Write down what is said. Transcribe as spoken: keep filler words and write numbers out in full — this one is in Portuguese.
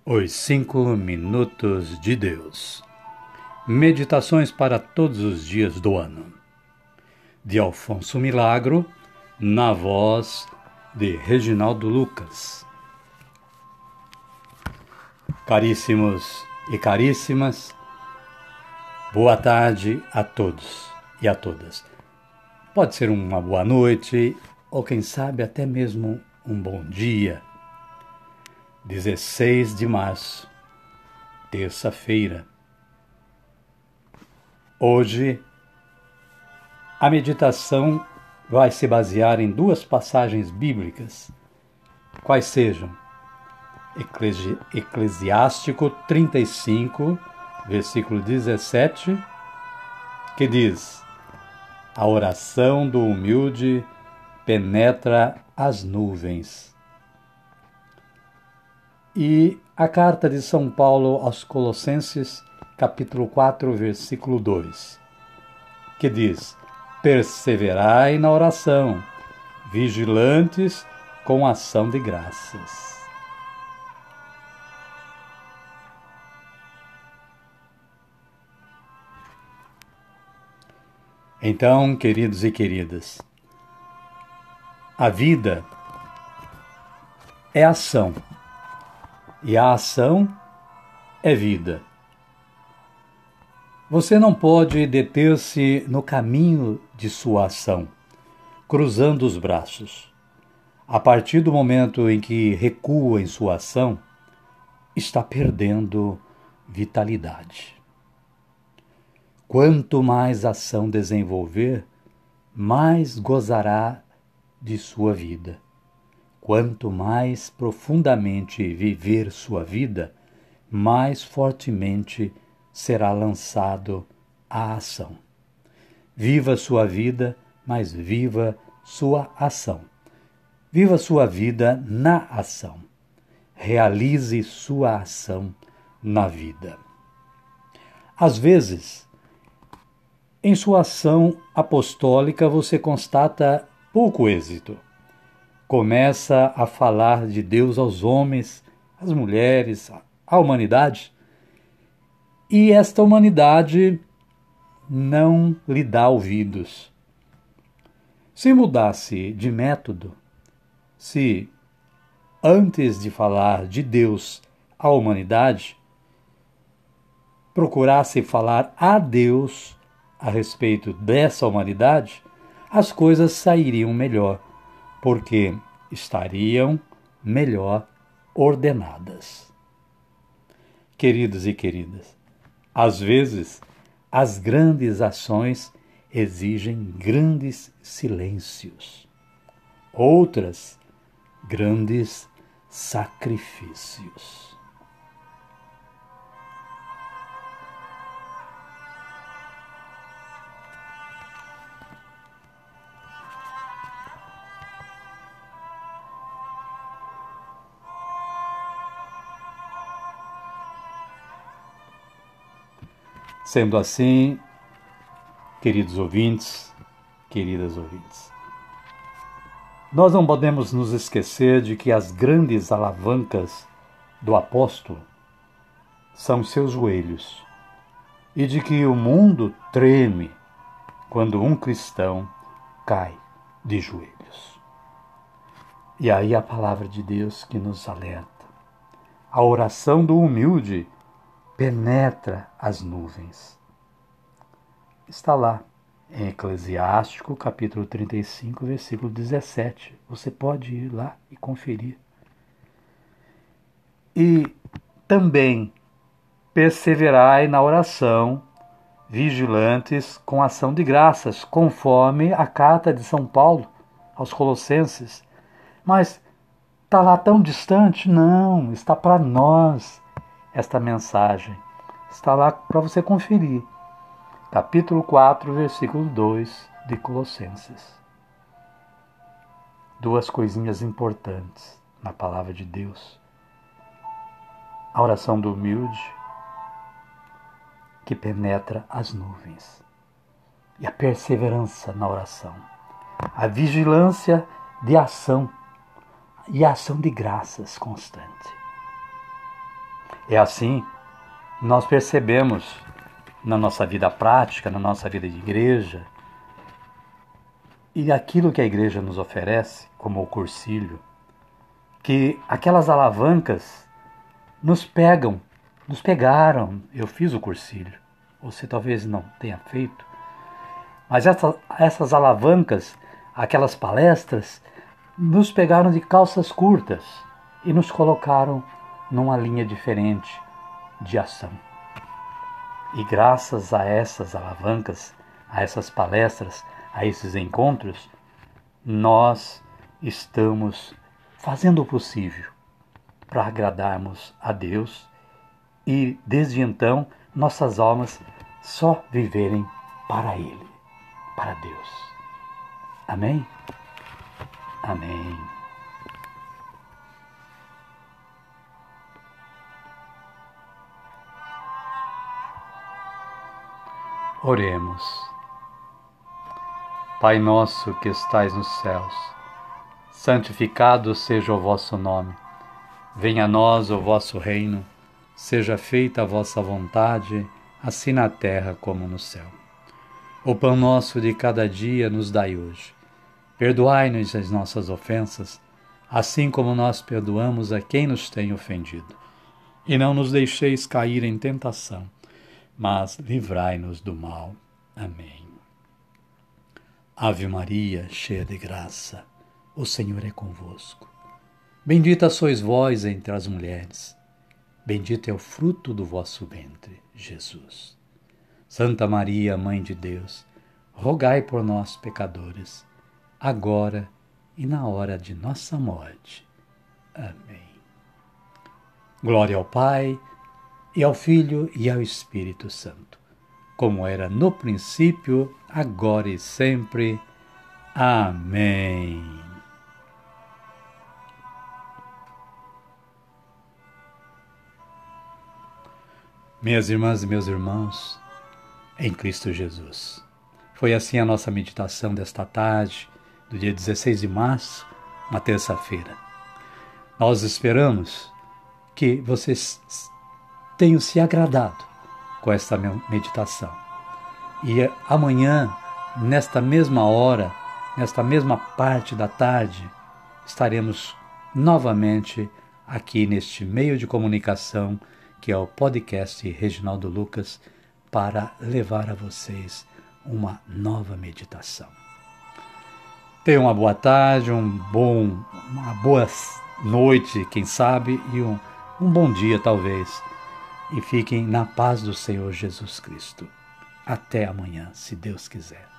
Os Cinco Minutos de Deus. Meditações para todos os dias do ano. De Alfonso Milagro, na voz de Reginaldo Lucas. Caríssimos e caríssimas, boa tarde a todos e a todas. Pode ser uma boa noite ou, quem sabe, até mesmo um bom dia. dezesseis de março, terça-feira. Hoje, a meditação vai se basear em duas passagens bíblicas, quais sejam Eclesi- Eclesiástico trinta e cinco, versículo dezessete, que diz: a oração do humilde penetra as nuvens. E a carta de São Paulo aos Colossenses, capítulo quatro, versículo dois, que diz: perseverai na oração, vigilantes com ação de graças. Então, queridos e queridas, a vida é ação. E a ação é vida. Você não pode deter-se no caminho de sua ação, cruzando os braços. A partir do momento em que recua em sua ação, está perdendo vitalidade. Quanto mais ação desenvolver, mais gozará de sua vida. Quanto mais profundamente viver sua vida, mais fortemente será lançado à ação. Viva sua vida, mas viva sua ação. Viva sua vida na ação. Realize sua ação na vida. Às vezes, em sua ação apostólica, você constata pouco êxito. Começa a falar de Deus aos homens, às mulheres, à humanidade, e esta humanidade não lhe dá ouvidos. Se mudasse de método, se antes de falar de Deus à humanidade, procurasse falar a Deus a respeito dessa humanidade, as coisas sairiam melhor, porque estariam melhor ordenadas. Queridos e queridas, às vezes as grandes ações exigem grandes silêncios, outras, grandes sacrifícios. Sendo assim, queridos ouvintes, queridas ouvintes, nós não podemos nos esquecer de que as grandes alavancas do apóstolo são seus joelhos e de que o mundo treme quando um cristão cai de joelhos. E aí a palavra de Deus que nos alerta. A oração do humilde penetra as nuvens. Está lá em Eclesiástico, capítulo trinta e cinco, versículo dezessete. Você pode ir lá e conferir. E também perseverai na oração, vigilantes com ação de graças, conforme a carta de São Paulo aos Colossenses. Mas está lá tão distante? Não, está para nós. Esta mensagem está lá para você conferir. Capítulo quatro, versículo dois de Colossenses. Duas coisinhas importantes na palavra de Deus. A oração do humilde, que penetra as nuvens. E a perseverança na oração. A vigilância de ação e a ação de graças constante. É assim, nós percebemos na nossa vida prática, na nossa vida de igreja, e aquilo que a igreja nos oferece, como o cursilho, que aquelas alavancas nos pegam, nos pegaram. Eu fiz o cursilho, você talvez não tenha feito, mas essa, essas alavancas, aquelas palestras, nos pegaram de calças curtas e nos colocaram numa linha diferente de ação. E graças a essas alavancas, a essas palestras, a esses encontros, nós estamos fazendo o possível para agradarmos a Deus e, desde então, nossas almas só viverem para Ele, para Deus. Amém? Amém. Oremos. Pai nosso que estais nos céus, santificado seja o vosso nome. Venha a nós o vosso reino, seja feita a vossa vontade, assim na terra como no céu. O pão nosso de cada dia nos dai hoje. Perdoai-nos as nossas ofensas, assim como nós perdoamos a quem nos tem ofendido. E não nos deixeis cair em tentação, mas livrai-nos do mal. Amém. Ave Maria, cheia de graça, o Senhor é convosco. Bendita sois vós entre as mulheres, bendito é o fruto do vosso ventre, Jesus. Santa Maria, Mãe de Deus, rogai por nós, pecadores, agora e na hora de nossa morte. Amém. Glória ao Pai, e ao Filho e ao Espírito Santo, como era no princípio, agora e sempre. Amém. Minhas irmãs e meus irmãos, em Cristo Jesus. Foi assim a nossa meditação desta tarde, do dia dezesseis de março, uma terça-feira. Nós esperamos que vocês tenham se agradado com esta meditação. E amanhã, nesta mesma hora, nesta mesma parte da tarde, estaremos novamente aqui neste meio de comunicação que é o podcast Reginaldo Lucas, para levar a vocês uma nova meditação. Tenham uma boa tarde, um bom, uma boa noite, quem sabe, e um, um bom dia talvez. E fiquem na paz do Senhor Jesus Cristo. Até amanhã, se Deus quiser.